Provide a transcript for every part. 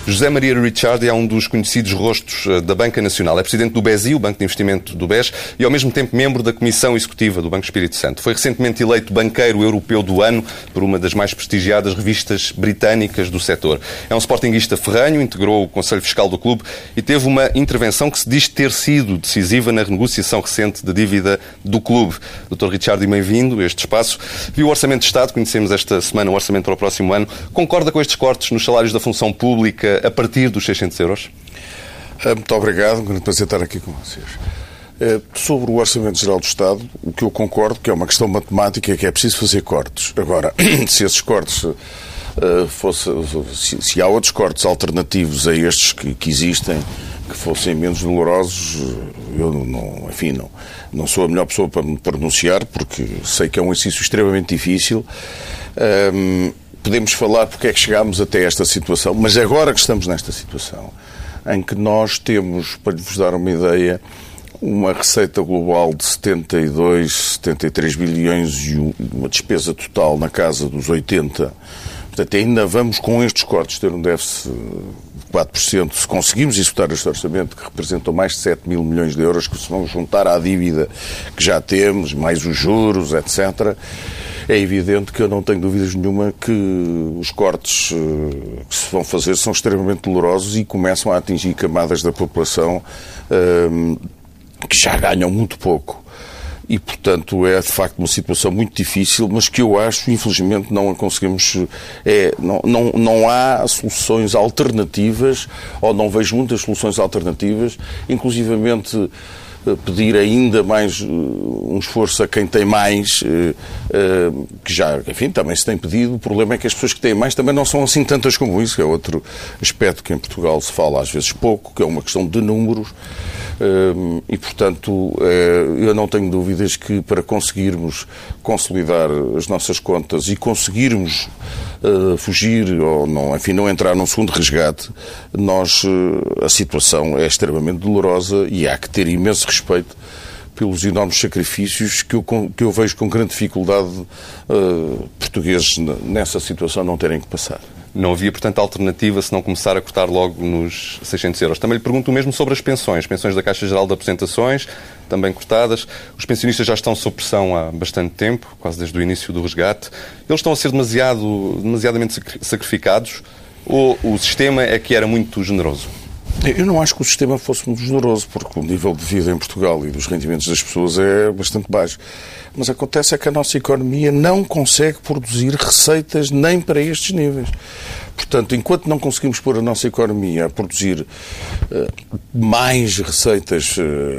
José Maria Ricciardi é um dos conhecidos rostos da Banca Nacional. É presidente do BESI, o Banco de Investimento do BES, e ao mesmo tempo membro da Comissão Executiva do Banco Espírito Santo. Foi recentemente eleito banqueiro europeu do ano por uma das mais prestigiadas revistas britânicas do setor. É um sportinguista ferrenho, integrou o Conselho Fiscal do clube e teve uma intervenção que se diz ter sido decisiva na renegociação recente da dívida do clube. Dr. Ricciardi, bem-vindo a este espaço. Viu o Orçamento de Estado, conhecemos esta semana o Orçamento para o próximo ano. Concorda com estes cortes nos salários da função pública a partir dos 600 euros? Muito obrigado, um grande prazer estar aqui com vocês. Sobre o Orçamento Geral do Estado, o que eu concordo que é uma questão matemática, é que é preciso fazer cortes. Agora, se esses cortes se há outros cortes alternativos a estes que existem, que fossem menos dolorosos, eu não sou a melhor pessoa para me pronunciar, porque sei que é um exercício extremamente difícil. Podemos falar porque é que chegámos até esta situação, mas agora que estamos nesta situação, em que nós temos, para vos dar uma ideia, uma receita global de 72, 73 bilhões e uma despesa total na casa dos 80. Portanto, ainda vamos com estes cortes ter um déficit de 4%. Se conseguimos executar este orçamento, que representam mais de 7 mil milhões de euros, que se vão juntar à dívida que já temos, mais os juros, etc., é evidente que eu não tenho dúvidas nenhuma que os cortes que se vão fazer são extremamente dolorosos e começam a atingir camadas da população que já ganham muito pouco. E, portanto, é de facto uma situação muito difícil, mas que eu acho, infelizmente, não a conseguimos. Não há soluções alternativas, ou não vejo muitas soluções alternativas, inclusivamente pedir ainda mais um esforço a quem tem mais, que já, enfim, também se tem pedido. O problema é que as pessoas que têm mais também não são assim tantas como isso, que é outro aspecto que em Portugal se fala às vezes pouco, que é uma questão de números. E, portanto, eu não tenho dúvidas que para conseguirmos consolidar as nossas contas e conseguirmos fugir ou não entrar num segundo resgate, a situação é extremamente dolorosa e há que ter imenso respeito pelos enormes sacrifícios que eu vejo com grande dificuldade portugueses nessa situação não terem que passar. Não havia, portanto, alternativa se não começar a cortar logo nos 600 euros. Também lhe pergunto o mesmo sobre as pensões. Pensões da Caixa Geral de Aposentações, também cortadas. Os pensionistas já estão sob pressão há bastante tempo, quase desde o início do resgate. Eles estão a ser demasiadamente sacrificados ou o sistema é que era muito generoso? Eu não acho que o sistema fosse muito generoso, porque o nível de vida em Portugal e dos rendimentos das pessoas é bastante baixo. Mas acontece é que a nossa economia não consegue produzir receitas nem para estes níveis. Portanto, enquanto não conseguimos pôr a nossa economia a produzir mais receitas,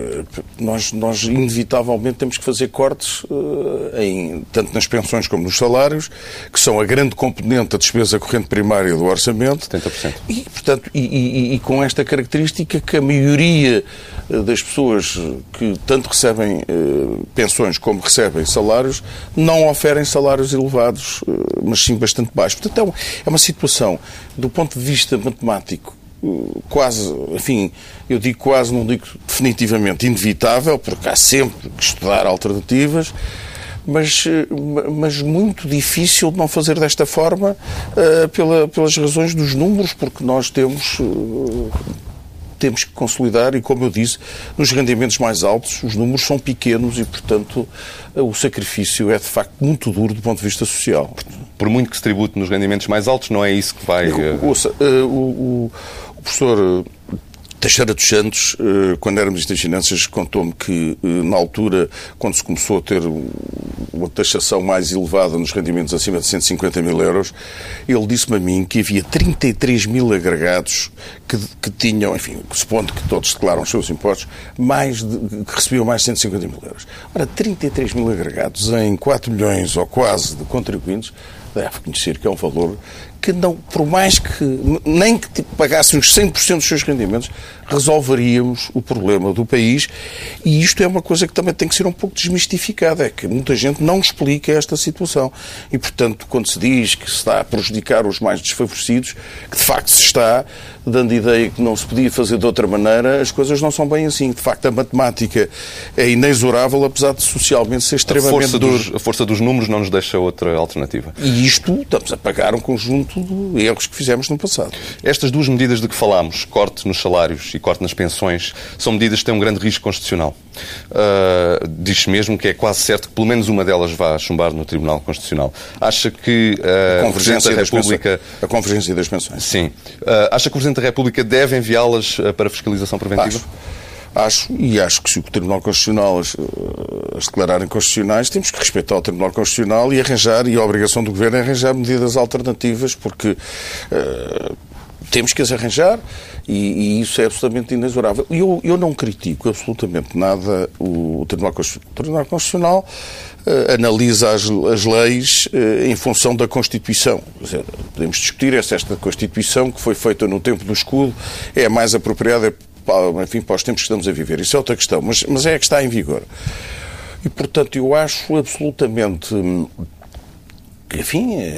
nós inevitavelmente temos que fazer cortes tanto nas pensões como nos salários, que são a grande componente da despesa corrente primária do orçamento. 70%. E, portanto, e com esta característica que a maioria das pessoas que tanto recebem pensões como recebem salários, não oferem salários elevados, mas sim bastante baixos. Portanto, é uma situação, do ponto de vista matemático, quase, enfim, eu digo quase, não digo definitivamente inevitável, porque há sempre que estudar alternativas, mas muito difícil de não fazer desta forma pelas razões dos números, porque nós temos que consolidar e, como eu disse, nos rendimentos mais altos os números são pequenos e, portanto, o sacrifício é de facto muito duro do ponto de vista social. Por muito que se tribute nos rendimentos mais altos, não é isso que vai... Ouça, o professor Teixeira dos Santos, quando era Ministro das Finanças, contou-me que, na altura, quando se começou a ter uma taxação mais elevada nos rendimentos acima de 150 mil euros, ele disse-me a mim que havia 33 mil agregados que tinham, enfim, supondo que todos declaram os seus impostos, que recebiam mais de 150 mil euros. Ora, 33 mil agregados em 4 milhões ou quase de contribuintes, deve reconhecer que é um valor que não, por mais que nem que pagássemos 100% dos seus rendimentos, resolveríamos o problema do país. E isto é uma coisa que também tem que ser um pouco desmistificada, é que muita gente não explica esta situação. E, portanto, quando se diz que se está a prejudicar os mais desfavorecidos, que de facto se está dando ideia que não se podia fazer de outra maneira, as coisas não são bem assim. De facto, a matemática é inexorável, apesar de socialmente ser extremamente duro. A força dos números não nos deixa outra alternativa. E isto estamos a pagar um conjunto de erros que fizemos no passado. Estas duas medidas de que falámos, corte nos salários e corte nas pensões, são medidas que têm um grande risco constitucional. Diz-se mesmo que é quase certo que pelo menos uma delas vá chumbar no Tribunal Constitucional. Acha que a convergência das pensões. Sim. Acha que o Presidente da República deve enviá-las para fiscalização preventiva? Acho que se o Tribunal Constitucional as declararem constitucionais, temos que respeitar o Tribunal Constitucional e a obrigação do Governo é arranjar medidas alternativas, porque temos que as arranjar e isso é absolutamente inexorável. Eu não critico absolutamente nada o Tribunal Constitucional. O Tribunal Constitucional analisa as leis em função da Constituição. Quer dizer, podemos discutir se esta Constituição, que foi feita no tempo do escudo, é a mais apropriada, enfim, para os tempos que estamos a viver. Isso é outra questão, mas é a que está em vigor. E, portanto, eu acho absolutamente, enfim,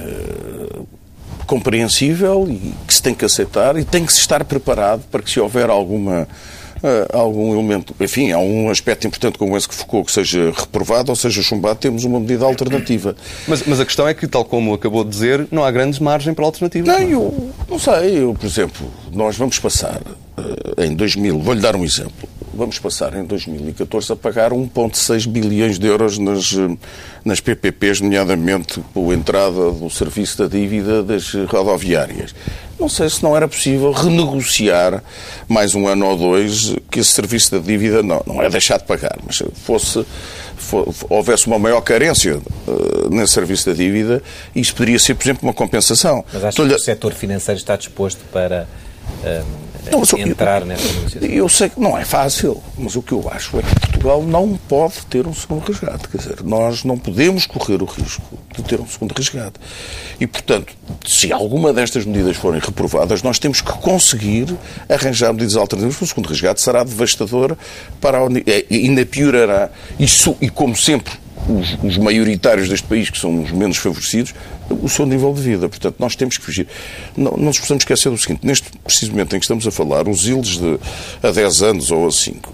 compreensível e que se tem que aceitar e tem que se estar preparado para que, se houver algum elemento, enfim, há um aspecto importante como esse que Foucault, que seja reprovado ou seja chumbado, temos uma medida alternativa. Mas a questão é que, tal como acabou de dizer, não há grande margem para a alternativa. Não, eu não sei. Por exemplo, nós vamos passar em 2000, vou-lhe dar um exemplo, vamos passar em 2014 a pagar 1,6 bilhões de euros nas PPPs, nomeadamente com a entrada do serviço da dívida das rodoviárias. Não sei se não era possível renegociar mais um ano ou dois que esse serviço da dívida não é deixar de pagar, mas houvesse uma maior carência nesse serviço da dívida, isso poderia ser, por exemplo, uma compensação. Mas acho que o setor financeiro está disposto para entrar nessa negociação? Eu sei que não é fácil, mas o que eu acho é que Portugal não pode ter um segundo resgate. Quer dizer, nós não podemos correr o risco de ter um segundo resgate. E, portanto, se alguma destas medidas forem reprovadas, nós temos que conseguir arranjar medidas alternativas, porque o segundo resgate será devastador para ainda piorará. E como sempre, os maioritários deste país, que são os menos favorecidos, o seu nível de vida. Portanto, nós temos que fugir. Não nos precisamos esquecer do seguinte: neste preciso momento em que estamos a falar, os ilhos há 10 anos ou a 5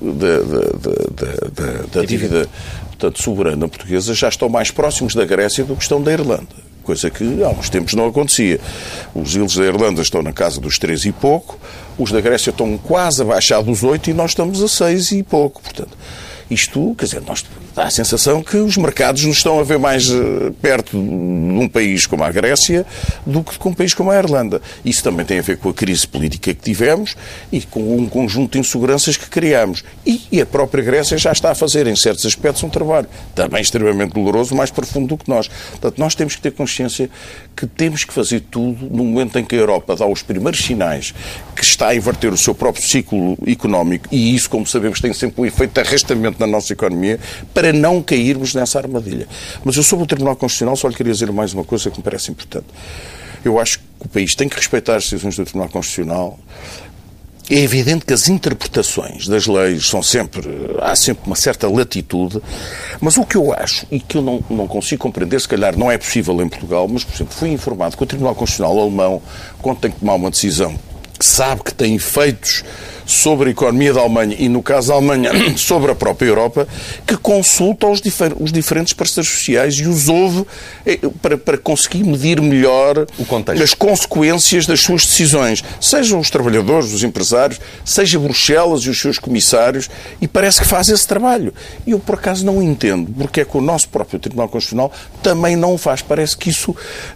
da dívida, portanto, soberana portuguesa já estão mais próximos da Grécia do que estão da Irlanda. Coisa que há uns tempos não acontecia. Os ilhos da Irlanda estão na casa dos 3 e pouco, os da Grécia estão quase abaixados dos 8 e nós estamos a 6 e pouco. Portanto, isto, quer dizer, dá a sensação que os mercados nos estão a ver mais perto de um país como a Grécia do que com um país como a Irlanda. Isso também tem a ver com a crise política que tivemos e com um conjunto de inseguranças que criamos. E a própria Grécia já está a fazer, em certos aspectos, um trabalho também extremamente doloroso, mais profundo do que nós. Portanto, nós temos que ter consciência que temos que fazer tudo no momento em que a Europa dá os primeiros sinais que está a inverter o seu próprio ciclo económico, e isso, como sabemos, tem sempre um efeito de arrastamento na nossa economia, para não cairmos nessa armadilha. Mas eu, sobre o Tribunal Constitucional, só lhe queria dizer mais uma coisa que me parece importante. Eu acho que o país tem que respeitar as decisões do Tribunal Constitucional. É evidente que as interpretações das leis há sempre uma certa latitude, mas o que eu acho, e que eu não consigo compreender, se calhar não é possível em Portugal, mas, por exemplo, fui informado que o Tribunal Constitucional alemão, quando tem que tomar uma decisão que sabe que tem efeitos sobre a economia da Alemanha e, no caso da Alemanha, sobre a própria Europa, que consulta os diferentes parceiros sociais e os ouve para conseguir medir melhor as consequências das suas decisões. Sejam os trabalhadores, os empresários, seja Bruxelas e os seus comissários, e parece que faz esse trabalho. E eu, por acaso, não entendo porque é que o nosso próprio Tribunal Constitucional também não o faz. Parece que isso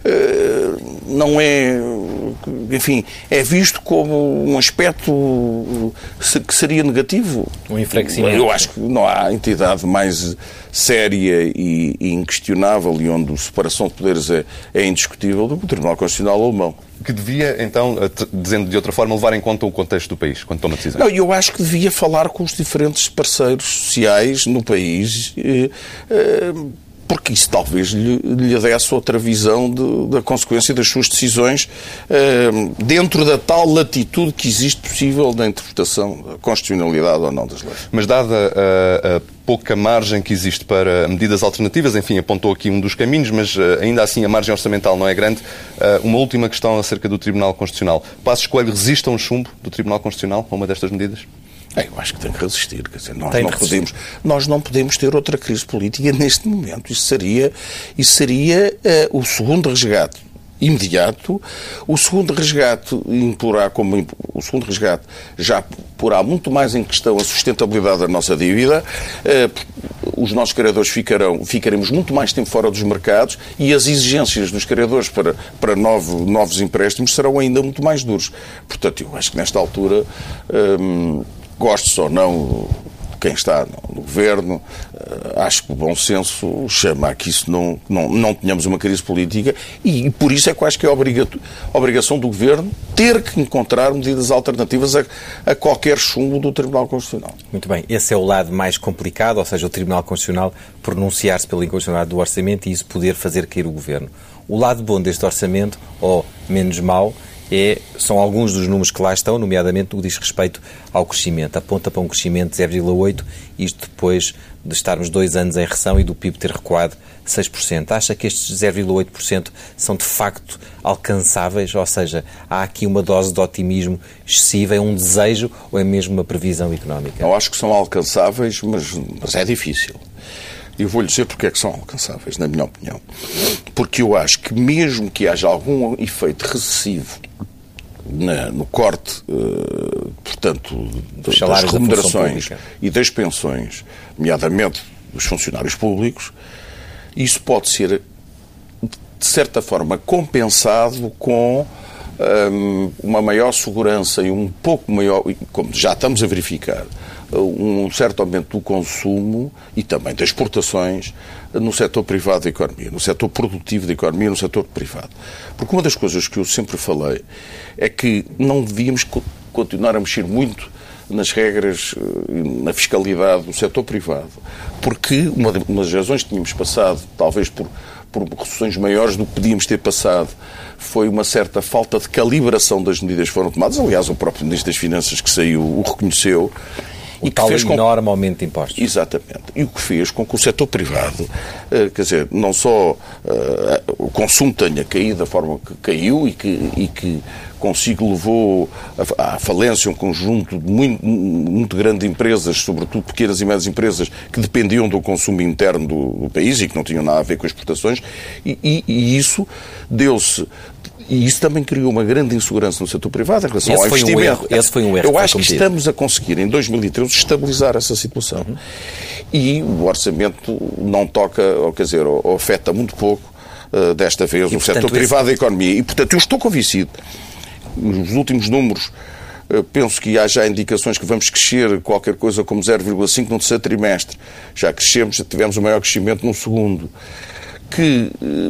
não é... Enfim, é visto como um aspecto que seria negativo. Um enfraquecimento. Eu acho que não há entidade mais séria e inquestionável e onde a separação de poderes é indiscutível do que o Tribunal Constitucional alemão. Que devia, então, dizendo de outra forma, levar em conta o contexto do país, quando toma decisões? Não, eu acho que devia falar com os diferentes parceiros sociais no país, porque isso talvez lhe desse outra visão da consequência das suas decisões dentro da tal latitude que existe possível da interpretação da constitucionalidade ou não das leis. Mas dada a pouca margem que existe para medidas alternativas, enfim, apontou aqui um dos caminhos, mas ainda assim a margem orçamental não é grande. Uma última questão acerca do Tribunal Constitucional. Passos Coelho resiste a um chumbo do Tribunal Constitucional a uma destas medidas? Eu acho que tem que resistir. Quer dizer, nós não podemos ter outra crise política neste momento. Isso seria o segundo resgate imediato. O segundo resgate já porá muito mais em questão a sustentabilidade da nossa dívida. Os nossos credores ficaremos muito mais tempo fora dos mercados e as exigências dos credores para novos empréstimos serão ainda muito mais duros. Portanto, eu acho que nesta altura, goste-se ou não quem está no governo, acho que o bom senso chama a que isso não tenhamos uma crise política e por isso é que eu acho que é obrigação do governo ter que encontrar medidas alternativas a qualquer chumbo do Tribunal Constitucional. Muito bem. Esse é o lado mais complicado, ou seja, o Tribunal Constitucional pronunciar-se pela inconstitucionalidade do orçamento e isso poder fazer cair o governo. O lado bom deste orçamento, ou menos mau, são alguns dos números que lá estão, nomeadamente o que diz respeito ao crescimento. Aponta para um crescimento de 0,8%, isto depois de estarmos 2 anos em recessão e do PIB ter recuado 6%. Acha que estes 0,8% são de facto alcançáveis? Ou seja, há aqui uma dose de otimismo excessiva, é um desejo ou é mesmo uma previsão económica? Eu acho que são alcançáveis, mas é difícil. Eu vou-lhe dizer porque é que são alcançáveis, na minha opinião. Porque eu acho que mesmo que haja algum efeito recessivo no corte, portanto, das remunerações e das pensões, nomeadamente dos funcionários públicos, isso pode ser, de certa forma, compensado com uma maior segurança e um pouco maior, como já estamos a verificar, um certo aumento do consumo e também das exportações no setor privado da economia, no setor produtivo da economia, no setor privado. Porque uma das coisas que eu sempre falei é que não devíamos continuar a mexer muito nas regras, na fiscalidade do setor privado, porque uma das razões que tínhamos passado, talvez por reduções maiores do que podíamos ter passado, foi uma certa falta de calibração das medidas que foram tomadas. Aliás, o próprio Ministro das Finanças que saiu o reconheceu. E que fez enorme aumento de impostos. Exatamente. E o que fez com que o setor privado, quer dizer, não só o consumo tenha caído da forma que caiu e que consigo levou à falência um conjunto muito grande de empresas, sobretudo pequenas e médias empresas, que dependiam do consumo interno do país e que não tinham nada a ver com as exportações, e isso deu-se. E isso também criou uma grande insegurança no setor privado em relação ao investimento. Esse foi um erro. Eu acho que estamos a conseguir, em 2013, estabilizar essa situação. E o orçamento não toca, ou quer dizer, ou afeta muito pouco, desta vez, o setor privado da economia. E, portanto, eu estou convencido. Nos últimos números, penso que há já indicações que vamos crescer qualquer coisa como 0,5% no terceiro trimestre. Já tivemos o maior crescimento no segundo. Que,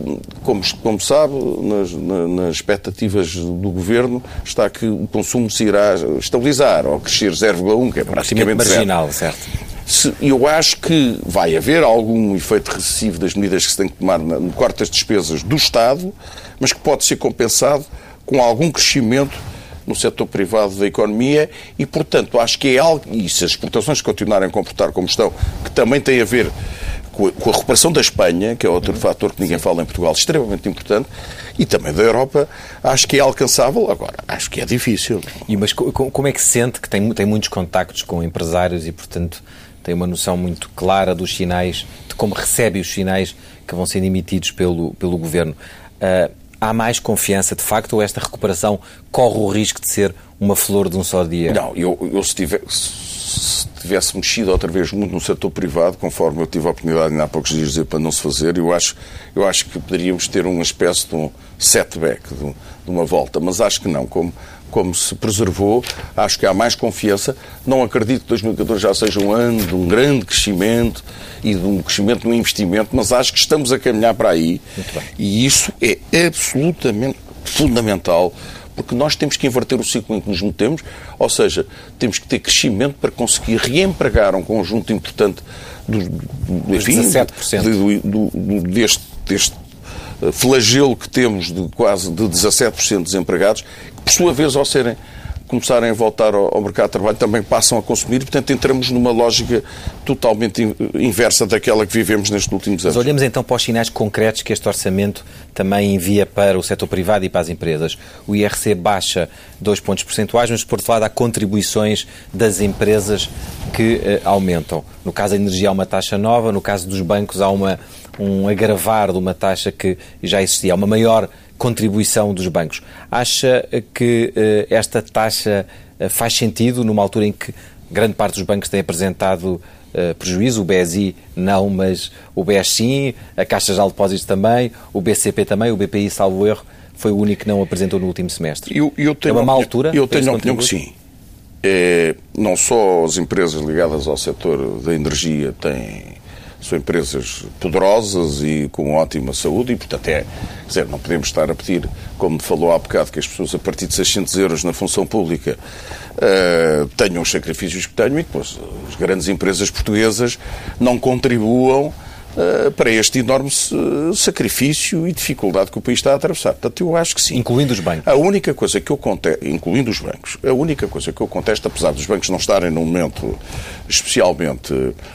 como sabe, nas expectativas do Governo, está que o consumo se irá estabilizar ou crescer 0,1%, que é praticamente marginal, certo? Eu acho que vai haver algum efeito recessivo das medidas que se tem que tomar no corte das despesas do Estado, mas que pode ser compensado com algum crescimento no setor privado da economia e, portanto, acho que é algo, e se as exportações continuarem a comportar como estão, que também tem a ver com a recuperação da Espanha, que é outro fator que ninguém fala em Portugal, extremamente importante, e também da Europa, acho que é alcançável. Agora, acho que é difícil. Mas como é que se sente que tem muitos contactos com empresários e, portanto, tem uma noção muito clara dos sinais, de como recebe os sinais que vão sendo emitidos pelo Governo? Há mais confiança, de facto, ou esta recuperação corre o risco de ser uma flor de um só dia? Não, eu se tivesse mexido outra vez muito no setor privado, conforme eu tive a oportunidade há poucos dias de dizer para não se fazer, eu acho que poderíamos ter uma espécie de um setback, de uma volta, mas acho que não. Como se preservou, acho que há mais confiança. Não acredito que 2014 já seja um ano de um grande crescimento e de um crescimento no investimento, mas acho que estamos a caminhar para aí. E isso é absolutamente fundamental, porque nós temos que inverter o ciclo em que nos metemos, ou seja, temos que ter crescimento para conseguir reempregar um conjunto importante deste flagelo que temos de quase de 17% de desempregados, que por sua vez, ao serem começarem a voltar ao mercado de trabalho, também passam a consumir. Portanto, entramos numa lógica totalmente inversa daquela que vivemos nestes últimos anos. Mas olhamos então para os sinais concretos que este orçamento também envia para o setor privado e para as empresas. O IRC baixa 2 pontos percentuais, mas, por outro lado, há contribuições das empresas que aumentam. No caso da energia há uma taxa nova, no caso dos bancos há um agravar de uma taxa que já existia, há uma maior contribuição dos bancos. Acha que esta taxa faz sentido numa altura em que grande parte dos bancos tem apresentado prejuízo? O BSI não, mas o BES sim, a Caixa de Depósitos também, o BCP também, o BPI, salvo erro, foi o único que não apresentou no último semestre. É uma má altura? Eu tenho a opinião que sim. Não só as empresas ligadas ao setor da energia são empresas poderosas e com ótima saúde e, portanto, quer dizer, não podemos estar a pedir, como falou há bocado, que as pessoas a partir de 600 euros na função pública tenham os sacrifícios que tenham e depois as grandes empresas portuguesas não contribuam para este enorme sacrifício e dificuldade que o país está a atravessar. Portanto, eu acho que sim. Incluindo os bancos. A única coisa que eu contesto, incluindo os bancos, a única coisa que eu contesto, apesar dos bancos não estarem num momento especialmente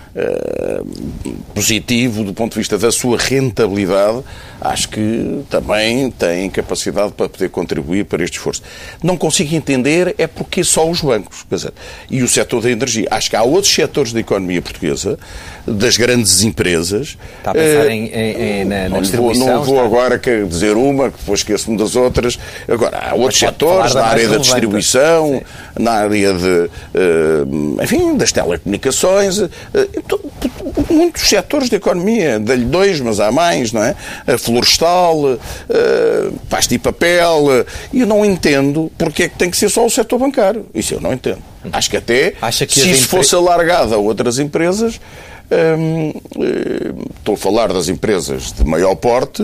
positivo do ponto de vista da sua rentabilidade, acho que também têm capacidade para poder contribuir para este esforço. Não consigo entender é porque só os bancos, quer dizer, e o setor da energia. Acho que há outros setores da economia portuguesa, das grandes empresas. Está a pensar na distribuição? Não vou agora dizer uma, que depois esqueço-me das outras. Agora, há outros setores, na área da distribuição, na área enfim, das telecomunicações, muitos setores da economia, dei-lhe 2, mas há mais, não é? A florestal, pasta e papel, e eu não entendo porque é que tem que ser só o setor bancário. Isso eu não entendo. Acho que até, se isso fosse alargado a outras empresas, estou a falar das empresas de maior porte,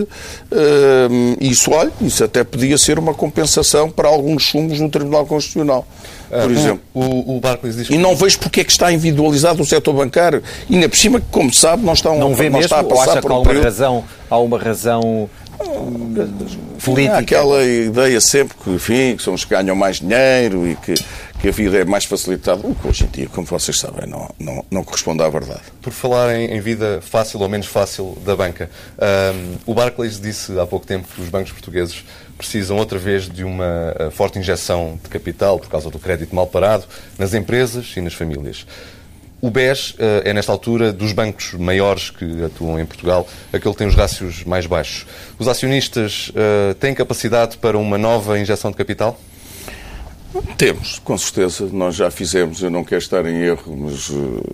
isso até podia ser uma compensação para alguns sumos no Tribunal Constitucional, por exemplo. O Barclays diz que... E não vejo porque é que está individualizado o setor bancário. E ainda por cima, como sabe, não está a passar por um período... Há uma razão política. Há aquela ideia sempre que, enfim, que são os que ganham mais dinheiro e que a vida é mais facilitada, o que hoje em dia, como vocês sabem, não corresponde à verdade. Por falar em vida fácil ou menos fácil da banca, o Barclays disse há pouco tempo que os bancos portugueses precisam outra vez de uma forte injeção de capital por causa do crédito mal parado nas empresas e nas famílias. O BES é, nesta altura, dos bancos maiores que atuam em Portugal, aquele que tem os rácios mais baixos. Os acionistas têm capacidade para uma nova injeção de capital? Temos, com certeza. Nós já fizemos, eu não quero estar em erro, mas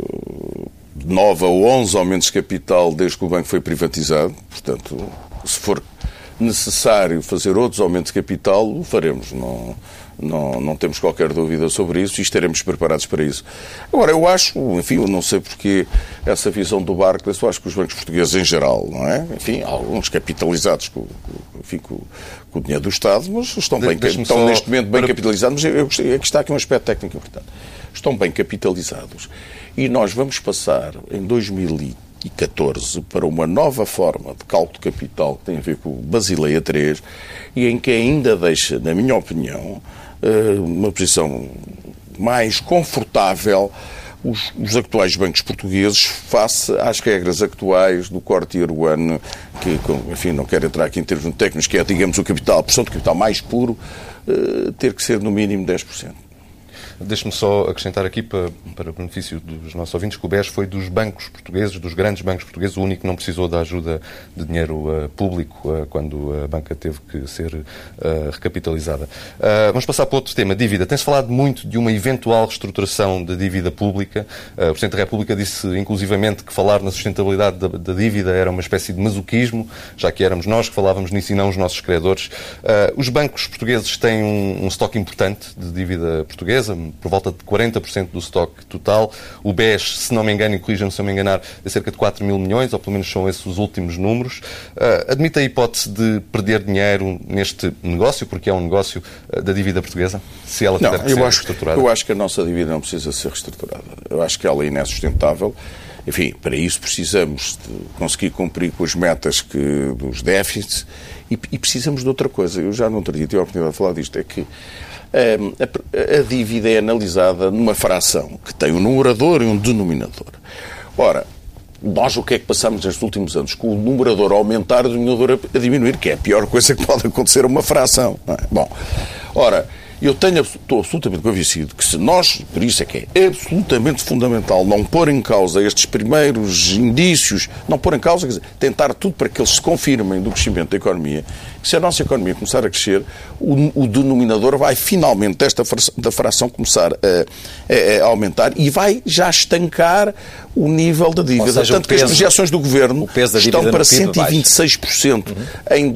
9 ou 11 aumentos de capital desde que o banco foi privatizado. Portanto, se for necessário fazer outros aumentos de capital, o faremos. Não temos qualquer dúvida sobre isso e estaremos preparados para isso. Agora, eu acho, enfim, eu não sei porque essa visão do Barclays, eu acho que os bancos portugueses em geral, não é? Enfim, alguns capitalizados com o dinheiro do Estado, mas estão neste momento bem capitalizados. Mas aqui está aqui um aspecto técnico importante. Estão bem capitalizados e nós vamos passar em 2014 para uma nova forma de cálculo de capital que tem a ver com o Basileia III e em que ainda deixa, na minha opinião, uma posição mais confortável os atuais bancos portugueses face às regras atuais do corte iorguano, que, enfim, não quero entrar aqui em termos técnicos, que é, digamos, a porção de capital mais puro, ter que ser no mínimo 10%. Deixe-me só acrescentar aqui, para o benefício dos nossos ouvintes, que o BES foi dos bancos portugueses, dos grandes bancos portugueses, o único que não precisou da ajuda de dinheiro público quando a banca teve que ser recapitalizada. Vamos passar para outro tema, dívida. Tem-se falado muito de uma eventual reestruturação da dívida pública. O Presidente da República disse, inclusivamente, que falar na sustentabilidade da dívida era uma espécie de masoquismo, já que éramos nós que falávamos nisso e não os nossos credores. Os bancos portugueses têm um estoque importante de dívida portuguesa, por volta de 40% do estoque total. O BES, se não me engano, e corrijam-me se eu me enganar, é cerca de 4 mil milhões, ou pelo menos são esses os últimos números. Admite a hipótese de perder dinheiro neste negócio, porque é um negócio da dívida portuguesa, se ela tiver que ser reestruturada? Eu acho que a nossa dívida não precisa ser reestruturada. Eu acho que ela é insustentável enfim, para isso precisamos de conseguir cumprir com as metas dos déficits e precisamos de outra coisa. Eu já no outro dia tive a oportunidade de falar disto, é que a dívida é analisada numa fração que tem um numerador e um denominador. Ora, nós o que é que passamos nestes últimos anos? Com o numerador a aumentar e o denominador a diminuir, que é a pior coisa que pode acontecer a uma fração. Não é? Bom, ora, estou absolutamente convencido que se nós, por isso é que é absolutamente fundamental não pôr em causa estes primeiros indícios, não pôr em causa, quer dizer, tentar tudo para que eles se confirmem do crescimento da economia, que se a nossa economia começar a crescer, o denominador vai finalmente da fração começar a aumentar e vai já estancar o nível da dívida. Seja, tanto que as projeções do Governo estão para 126% em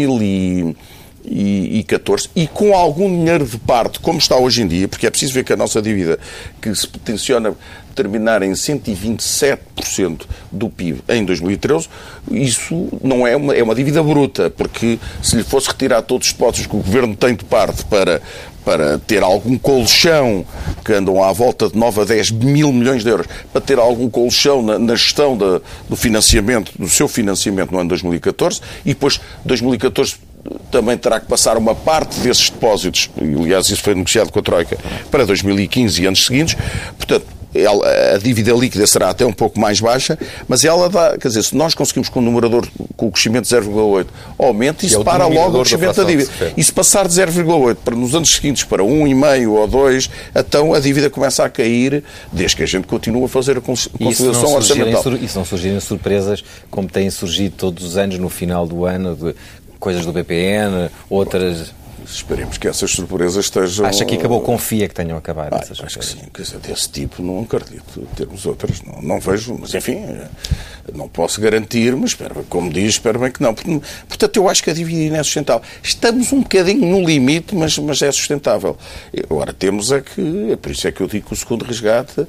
2014 e com algum dinheiro de parte, como está hoje em dia, porque é preciso ver que a nossa dívida, que se potenciona terminar em 127% do PIB em 2013, isso não é uma dívida bruta, porque se lhe fosse retirar todos os depósitos que o Governo tem de parte para ter algum colchão, que andam à volta de 9 a 10 mil milhões de euros, para ter algum colchão na gestão do financiamento, do seu financiamento no ano 2014, e depois 2014 também terá que passar uma parte desses depósitos, e aliás isso foi negociado com a Troika, para 2015 e anos seguintes. Portanto, a dívida líquida será até um pouco mais baixa, mas ela dá, quer dizer, se nós conseguimos com o numerador, com o crescimento de 0,8, aumenta, isso para logo o crescimento da dívida. E se passar de 0,8 para nos anos seguintes para 1,5 ou 2, então a dívida começa a cair, desde que a gente continue a fazer a consolidação orçamental. E se não surgirem surpresas, como têm surgido todos os anos no final do ano, coisas do BPN, outras... Esperemos que essas surpresas estejam... Acha que acabou? Confia que tenham acabado essas surpresas? Acho que sim. Quer dizer, desse tipo não acredito. Termos outras, não vejo. Mas, enfim, não posso garantir, mas espero bem que não. Portanto, eu acho que a dívida é sustentável. Estamos um bocadinho no limite, mas é sustentável. Agora, temos por isso é que eu digo que o segundo resgate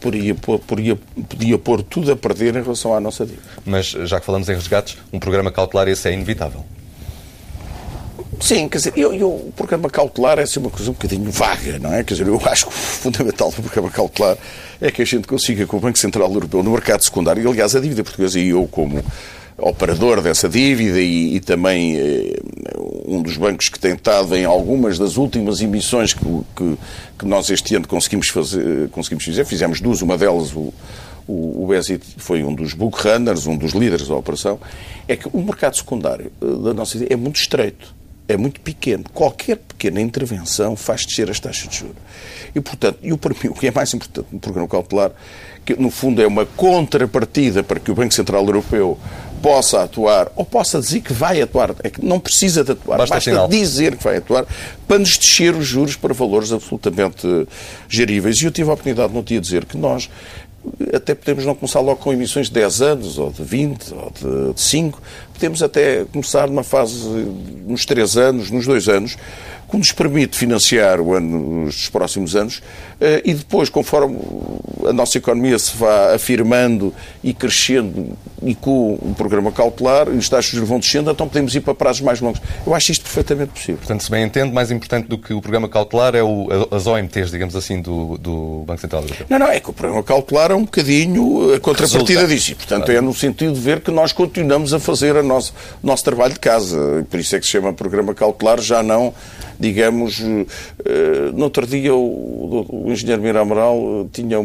podia pôr tudo a perder em relação à nossa dívida. Mas, já que falamos em resgates, um programa cautelar esse é inevitável. Sim, quer dizer, o programa cautelar é assim uma coisa um bocadinho vaga, não é? Quer dizer, eu acho que o fundamental do programa cautelar é que a gente consiga, com o Banco Central Europeu, no mercado secundário, e aliás a dívida portuguesa, e eu como operador dessa dívida e também um dos bancos que tem estado em algumas das últimas emissões que nós este ano conseguimos fazer, fizemos duas, uma delas o BESI foi um dos book runners, um dos líderes da operação, é que o mercado secundário da nossa dívida é muito estreito. É muito pequeno. Qualquer pequena intervenção faz descer as taxas de juros. E, portanto, para mim, o que é mais importante no programa cautelar, que no fundo é uma contrapartida para que o Banco Central Europeu possa atuar, ou possa dizer que vai atuar, é que não precisa de atuar, basta dizer que vai atuar, para nos descer os juros para valores absolutamente geríveis. E eu tive a oportunidade no dia de dizer que nós até podemos não começar logo com emissões de 10 anos, ou de 20, ou de 5. Podemos até começar numa fase, nos 3 anos, nos 2 anos, que nos permite financiar o ano nos próximos anos e depois, conforme a nossa economia se vá afirmando e crescendo e com o programa cautelar, e os taxas de juros vão descendo, então podemos ir para prazos mais longos. Eu acho isto perfeitamente possível. Portanto, se bem entendo, mais importante do que o programa cautelar é as OMTs, digamos assim, do Banco Central Europeu. Não, é que o programa cautelar é um bocadinho a contrapartida disso. E, portanto, é no sentido de ver que nós continuamos a fazer o nosso trabalho de casa. Por isso é que se chama programa cautelar, já não, digamos... no outro dia, o engenheiro Mira Amaral tinha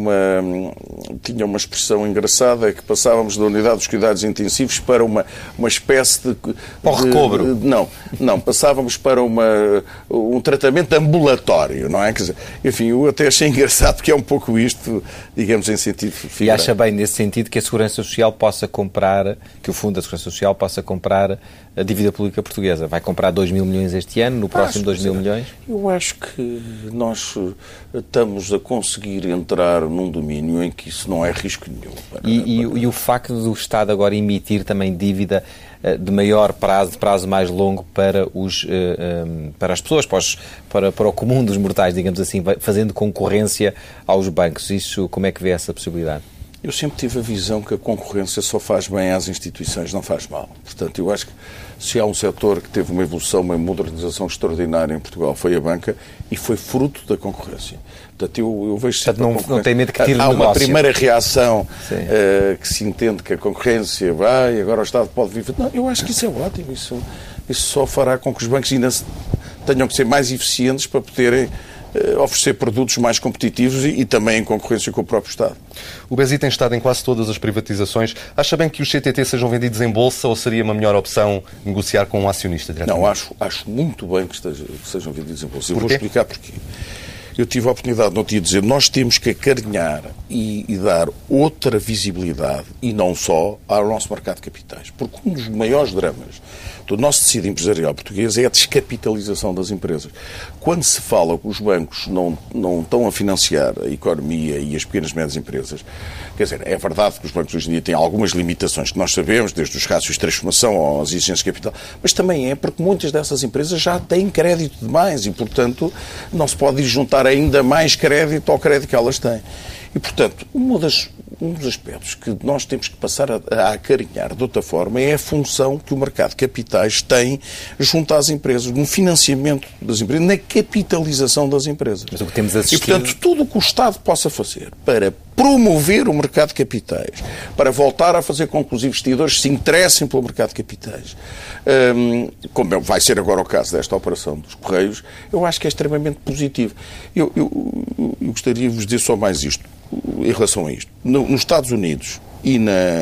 uma expressão engraçada, que passávamos da unidade dos cuidados intensivos para uma espécie de... Para o recobro. Não, passávamos para um tratamento ambulatório, não é? Quer dizer, enfim, eu até achei engraçado, porque é um pouco isto, digamos, em sentido figurado. E acha bem, nesse sentido, que a Segurança Social possa comprar, que o Fundo da Segurança Social possa comprar a dívida pública portuguesa? Vai comprar 2 mil milhões este ano, no próximo 2 mil milhões? Eu acho que nós estamos a conseguir entrar num domínio em que isso não é risco nenhum. E o facto do Estado agora emitir também dívida de maior prazo, de prazo mais longo para as pessoas, para o comum dos mortais, digamos assim, fazendo concorrência aos bancos. Isso, como é que vê essa possibilidade? Eu sempre tive a visão que a concorrência só faz bem às instituições, não faz mal. Portanto, eu acho que se há um setor que teve uma evolução, uma modernização extraordinária em Portugal, foi a banca e foi fruto da concorrência. Portanto, eu vejo sempre não tem medo que tire há uma negócio. primeira reação que se entende que a concorrência vai, agora o Estado pode vir. Não, eu acho que isso é ótimo. Isso só fará com que os bancos ainda tenham que ser mais eficientes para poderem oferecer produtos mais competitivos e também em concorrência com o próprio Estado. O BESI tem estado em quase todas as privatizações. Acha bem que os CTT sejam vendidos em bolsa ou seria uma melhor opção negociar com um acionista diretamente? Não, acho muito bem que sejam vendidos em bolsa. Eu vou explicar porquê. Eu tive a oportunidade no outro dia de dizer nós temos que acarinhar e dar outra visibilidade, e não só, ao nosso mercado de capitais. Porque um dos maiores dramas do nosso tecido empresarial português é a descapitalização das empresas. Quando se fala que os bancos não estão a financiar a economia e as pequenas e médias empresas, quer dizer, é verdade que os bancos hoje em dia têm algumas limitações que nós sabemos, desde os rácios de transformação às exigências de capital, mas também é porque muitas dessas empresas já têm crédito demais e, portanto, não se pode ir juntar ainda mais crédito ao crédito que elas têm. E, portanto, um dos aspectos que nós temos que passar a acarinhar de outra forma é a função que o mercado de capitais tem junto às empresas, no financiamento das empresas, na capitalização das empresas. Mas o que temos assistido... E, portanto, tudo o que o Estado possa fazer para promover o mercado de capitais, para voltar a fazer com que os investidores se interessem pelo mercado de capitais, como vai ser agora o caso desta operação dos Correios, eu acho que é extremamente positivo. Eu gostaria de vos dizer só mais isto, em relação a isto. Nos Estados Unidos e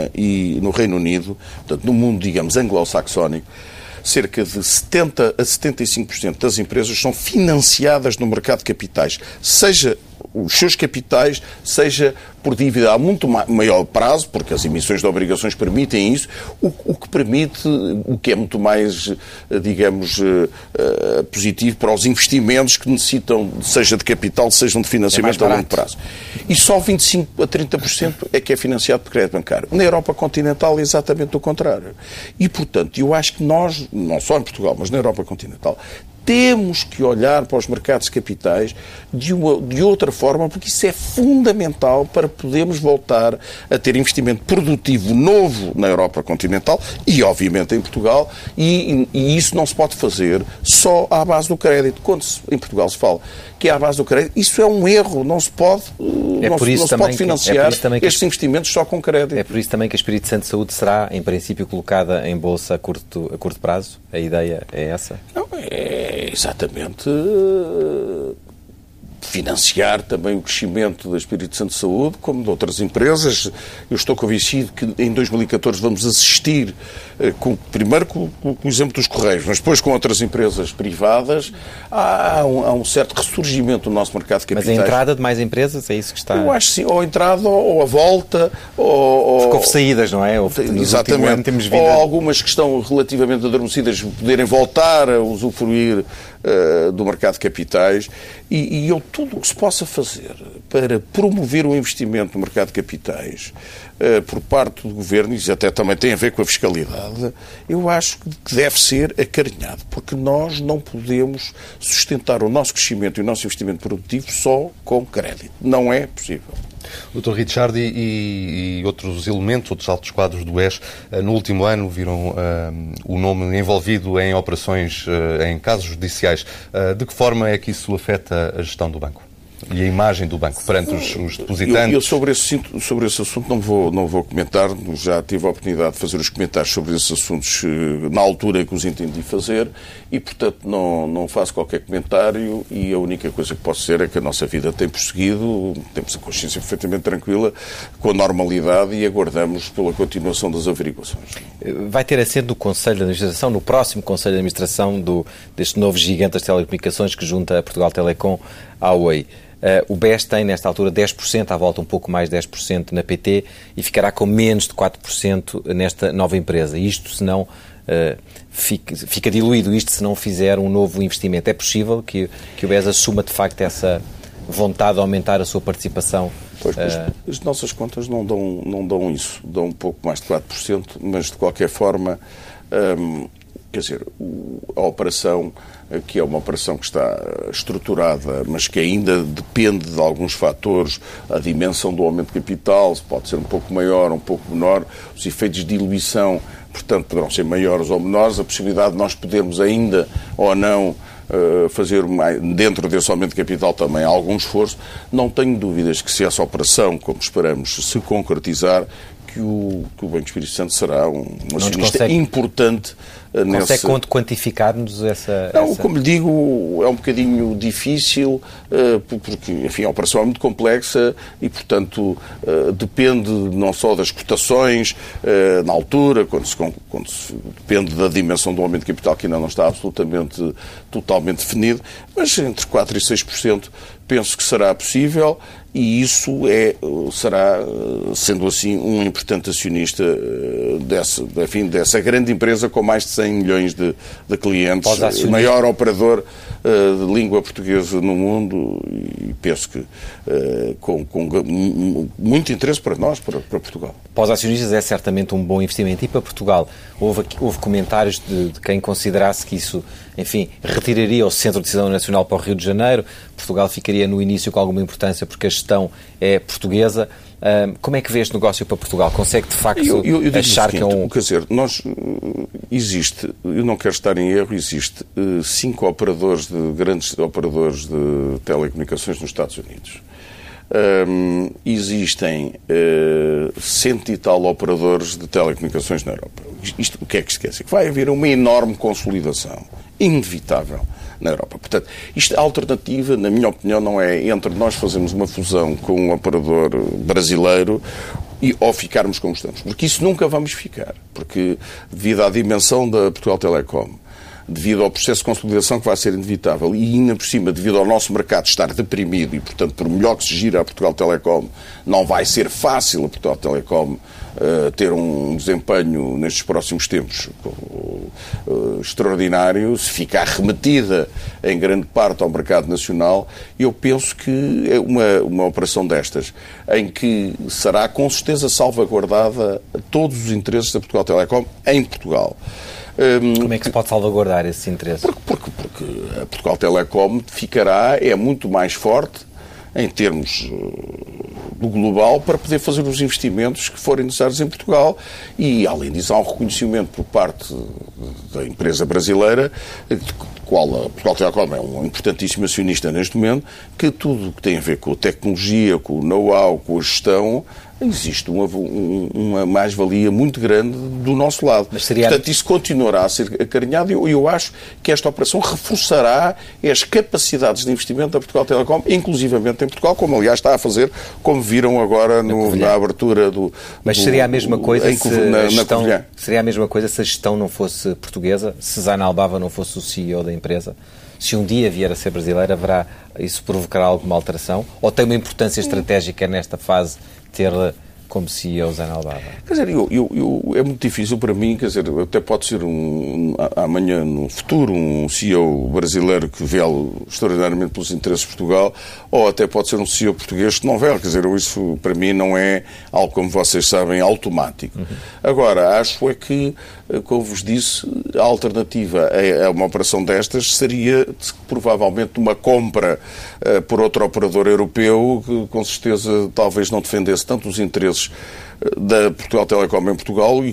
no Reino Unido, portanto, no mundo, digamos, anglo-saxónico, cerca de 70% a 75% das empresas são financiadas no mercado de capitais, seja os seus capitais, seja por dívida a muito maior prazo, porque as emissões de obrigações permitem isso, o que permite, o que é muito mais, digamos, positivo para os investimentos que necessitam, seja de capital, sejam de financiamento a longo prazo. E só 25% a 30% é que é financiado por crédito bancário. Na Europa continental é exatamente o contrário. E, portanto, eu acho que nós, não só em Portugal, mas na Europa continental, temos que olhar para os mercados de capitais de outra forma, porque isso é fundamental para podermos voltar a ter investimento produtivo novo na Europa continental e, obviamente, em Portugal, e isso não se pode fazer só à base do crédito. Quando em Portugal se fala que é à base do crédito, isso é um erro, não se pode, financiar estes investimentos só com crédito. É por isso também que a Espírito Santo Saúde será, em princípio, colocada em bolsa a curto prazo? A ideia é essa? Não, é exatamente financiar também o crescimento da Espírito Santo Saúde, como de outras empresas. Eu estou convencido que em 2014 vamos assistir, primeiro com o exemplo dos Correios, mas depois com outras empresas privadas, há um certo ressurgimento do nosso mercado de capitais. Mas a entrada de mais empresas, é isso que está... Eu acho sim, ou a entrada, ou a volta, ou... Porque houve saídas, não é? Exatamente. Temos vindo... Ou algumas que estão relativamente adormecidas poderem voltar a usufruir do mercado de capitais e tudo o que se possa fazer para promover o investimento no mercado de capitais por parte do Governo, e isso até também tem a ver com a fiscalidade, eu acho que deve ser acarinhado, porque nós não podemos sustentar o nosso crescimento e o nosso investimento produtivo só com crédito. Não é possível. Dr. Richard e outros elementos, outros altos quadros do BES, no último ano viram o nome envolvido em operações, em casos judiciais. De que forma é que isso afeta a gestão do banco e a imagem do banco perante os depositantes? Eu sobre esse assunto não vou comentar. Já tive a oportunidade de fazer os comentários sobre esses assuntos na altura que os entendi fazer e, portanto, não faço qualquer comentário e a única coisa que posso dizer é que a nossa vida tem prosseguido, temos a consciência perfeitamente tranquila, com a normalidade e aguardamos pela continuação das averiguações. Vai ter assento no Conselho de Administração, no próximo Conselho de Administração deste novo gigante das telecomunicações que junta a Portugal Telecom à Oi. O BES tem, nesta altura, 10%, à volta um pouco mais de 10% na PT e ficará com menos de 4% nesta nova empresa. Isto, se não, fica diluído isto se não fizer um novo investimento. É possível que o BES assuma, de facto, essa vontade de aumentar a sua participação? Pois, as nossas contas não dão isso. Dão um pouco mais de 4%, mas, de qualquer forma... Quer dizer, a operação, que é uma operação que está estruturada, mas que ainda depende de alguns fatores, a dimensão do aumento de capital, pode ser um pouco maior, um pouco menor, os efeitos de diluição, portanto, poderão ser maiores ou menores, a possibilidade de nós podermos ainda ou não fazer dentro desse aumento de capital também algum esforço. Não tenho dúvidas que se essa operação, como esperamos, se concretizar, que o Banco Espírito Santo será um acionista importante nesse... Consegue quantificar-nos essa... Não, como lhe digo, é um bocadinho difícil, porque, enfim, a operação é muito complexa e, portanto, depende não só das cotações, na altura, depende da dimensão do aumento de capital, que ainda não está absolutamente, totalmente definido, mas entre 4% e 6% penso que será possível. E isso será, sendo assim, um importante acionista dessa grande empresa com mais de 100 milhões de clientes, o maior operador de língua portuguesa no mundo, e penso que com muito interesse para nós, para Portugal. Para os acionistas é certamente um bom investimento. E para Portugal, houve comentários de quem considerasse que isso, enfim, retiraria o Centro de Decisão Nacional para o Rio de Janeiro, Portugal ficaria no início com alguma importância porque a gestão é portuguesa. Como é que vê este negócio para Portugal? Consegue, de facto, achar que é um... Quer dizer, eu não quero estar em erro, existe 5 grandes operadores de telecomunicações nos Estados Unidos. Existem 100 e tal operadores de telecomunicações na Europa. O que é que se quer dizer? Vai haver uma enorme consolidação, inevitável, na Europa. Portanto, a alternativa, na minha opinião, não é entre nós fazermos uma fusão com um operador brasileiro ou ficarmos como estamos. Porque isso nunca vamos ficar. Porque, devido à dimensão da Portugal Telecom, devido ao processo de consolidação que vai ser inevitável e, ainda por cima, devido ao nosso mercado estar deprimido e, portanto, por melhor que se gira a Portugal Telecom, não vai ser fácil a Portugal Telecom ter um desempenho nestes próximos tempos extraordinário, se ficar remetida em grande parte ao mercado nacional. Eu penso que é uma operação destas, em que será com certeza salvaguardada todos os interesses da Portugal Telecom em Portugal. Como é que se pode salvaguardar esses interesses? Porque a Portugal Telecom é muito mais forte em termos do global para poder fazer os investimentos que forem necessários em Portugal e, além disso, há um reconhecimento por parte da empresa brasileira, de qual a Portugal Telecom é um importantíssimo acionista neste momento, que tudo o que tem a ver com a tecnologia, com o know-how, com a gestão, existe uma mais-valia muito grande do nosso lado. Portanto, isso continuará a ser acarinhado e eu acho que esta operação reforçará as capacidades de investimento da Portugal Telecom, inclusivamente em Portugal, como aliás está a fazer, como viram agora na abertura do... Mas seria a mesma coisa seria a mesma coisa se a gestão não fosse portuguesa, se Zana Albava não fosse o CEO da empresa? Se um dia vier a ser brasileira, isso provocará alguma alteração? Ou tem uma importância estratégica nesta fase ter como CEO Zana Albava? Quer dizer, é muito difícil para mim, quer dizer, até pode ser amanhã, no futuro, um CEO brasileiro que vele extraordinariamente pelos interesses de Portugal, ou até pode ser um CEO português que não vele, quer dizer, isso para mim não é algo, como vocês sabem, automático. Agora, acho que, como vos disse, a alternativa a uma operação destas seria provavelmente uma compra por outro operador europeu que, com certeza, talvez não defendesse tanto os interesses da Portugal Telecom em Portugal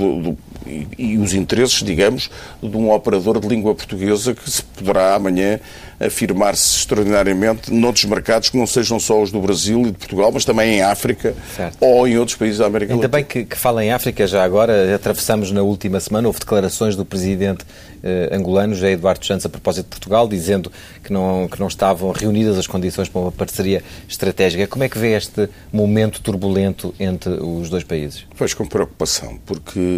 e os interesses, digamos, de um operador de língua portuguesa que se poderá amanhã afirmar-se extraordinariamente noutros mercados que não sejam só os do Brasil e de Portugal, mas também em África, certo, ou em outros países da América Latina. Ainda bem que fala em África já agora. Atravessamos na última semana, houve declarações do presidente angolano, José Eduardo Santos, a propósito de Portugal, dizendo que não estavam reunidas as condições para uma parceria estratégica. Como é que vê este momento turbulento entre os dois países? Vejo com preocupação, porque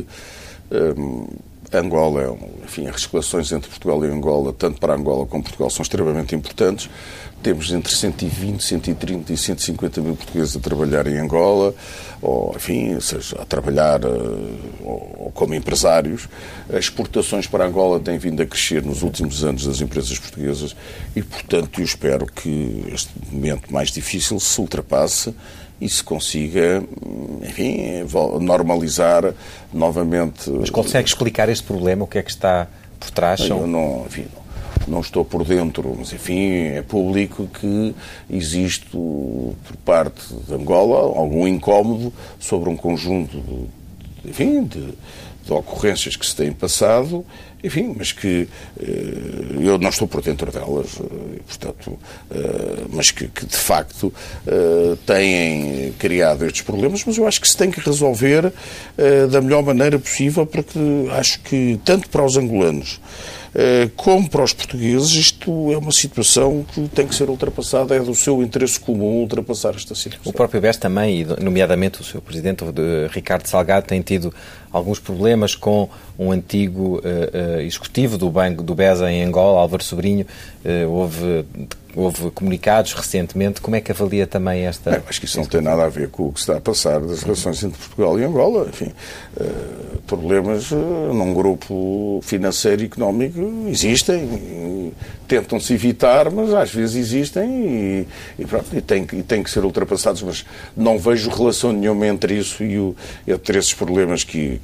Angola, enfim, as relações entre Portugal e Angola, tanto para Angola como Portugal, são extremamente importantes. Temos entre 120, 130 e 150 mil portugueses a trabalhar em Angola, ou, enfim, seja, a trabalhar ou como empresários. As exportações para Angola têm vindo a crescer nos últimos anos das empresas portuguesas e, portanto, eu espero que este momento mais difícil se ultrapasse e se consiga, enfim, normalizar novamente... Mas consegue explicar este problema? O que é que está por trás? Eu não estou por dentro, mas, enfim, é público que existe, por parte de Angola, algum incómodo sobre um conjunto de ocorrências que se têm passado, enfim, mas que eu não estou por dentro delas, portanto, mas que de facto têm criado estes problemas, mas eu acho que se tem que resolver da melhor maneira possível, porque acho que tanto para os angolanos como para os portugueses, isto é uma situação que tem que ser ultrapassada, é do seu interesse comum ultrapassar esta situação. O próprio BES também, e nomeadamente o seu presidente, Ricardo Salgado, tem tido alguns problemas com um antigo executivo do Banco do BES em Angola, Álvaro Sobrinho. Houve comunicados recentemente. Como é que avalia também esta... Acho que isso não tem nada a ver com o que se está a passar das relações entre Portugal e Angola. Enfim, problemas num grupo financeiro e económico existem, tentam-se evitar, mas às vezes existem e têm que ser ultrapassados, mas não vejo relação nenhuma entre isso e entre esses problemas que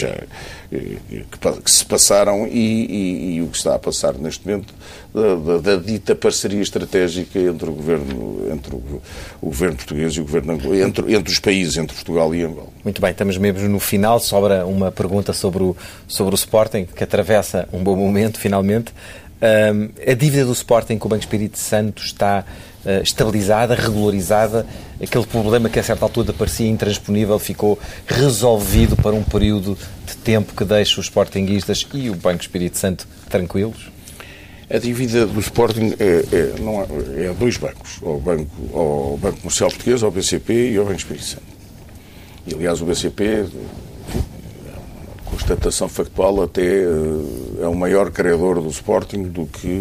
se passaram e o que está a passar neste momento da dita parceria estratégica entre o governo português e o governo angolano, entre os países, entre Portugal e Angola. Muito bem, estamos mesmo no final. Sobra uma pergunta sobre o Sporting, que atravessa um bom momento, finalmente. A dívida do Sporting com o Banco Espírito Santo está estabilizada, regularizada? Aquele problema que a certa altura parecia intransponível ficou resolvido para um período de tempo que deixa os sportinguistas e o Banco Espírito Santo tranquilos? A dívida do Sporting é dois bancos, o Banco Comercial Português, ao BCP e ao Banco Espírito Santo. E, aliás, o BCP, constatação factual, até é o maior credor do Sporting do que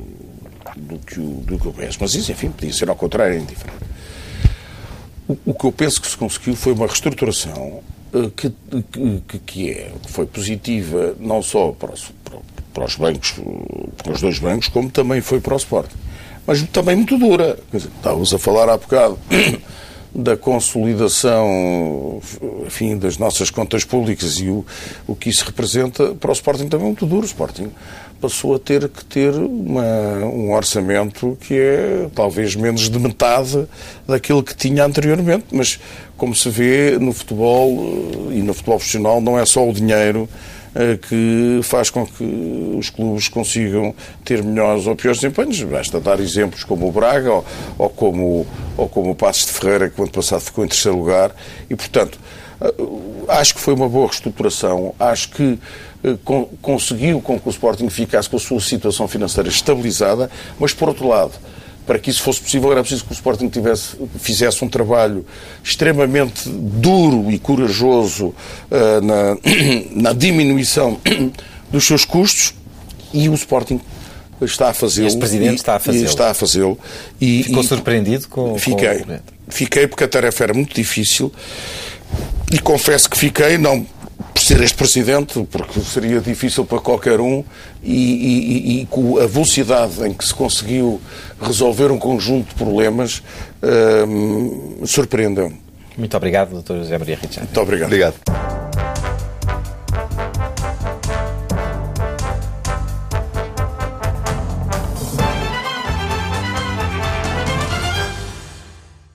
o BES. Mas isso, enfim, podia ser ao contrário, é indiferente. O que eu penso que se conseguiu foi uma reestruturação que foi positiva não só para os bancos, para os dois bancos, como também foi para o Sporting. Mas também muito dura. Quer dizer, estávamos a falar há bocado da consolidação, enfim, das nossas contas públicas e o que isso representa para o Sporting também é muito duro. O Sporting passou a ter que ter um orçamento que é talvez menos de metade daquilo que tinha anteriormente, mas como se vê no futebol e no futebol profissional não é só o dinheiro que faz com que os clubes consigam ter melhores ou piores desempenhos. Basta dar exemplos como o Braga ou como o Passos de Ferreira, que o ano passado ficou em terceiro lugar. E, portanto, acho que foi uma boa reestruturação. Acho que conseguiu com que o Sporting ficasse com a sua situação financeira estabilizada, mas, por outro lado, para que isso fosse possível, era preciso que o Sporting fizesse um trabalho extremamente duro e corajoso na diminuição dos seus custos, e o Sporting está a fazê-lo. Este Presidente está a fazê-lo. Ficou surpreendido com o Fiquei porque a tarefa era muito difícil e confesso que fiquei, não por ser este Presidente, porque seria difícil para qualquer um, e com a velocidade em que se conseguiu resolver um conjunto de problemas, surpreendeu-me. Muito obrigado, Dr. José Maria Richa. Muito obrigado. Obrigado.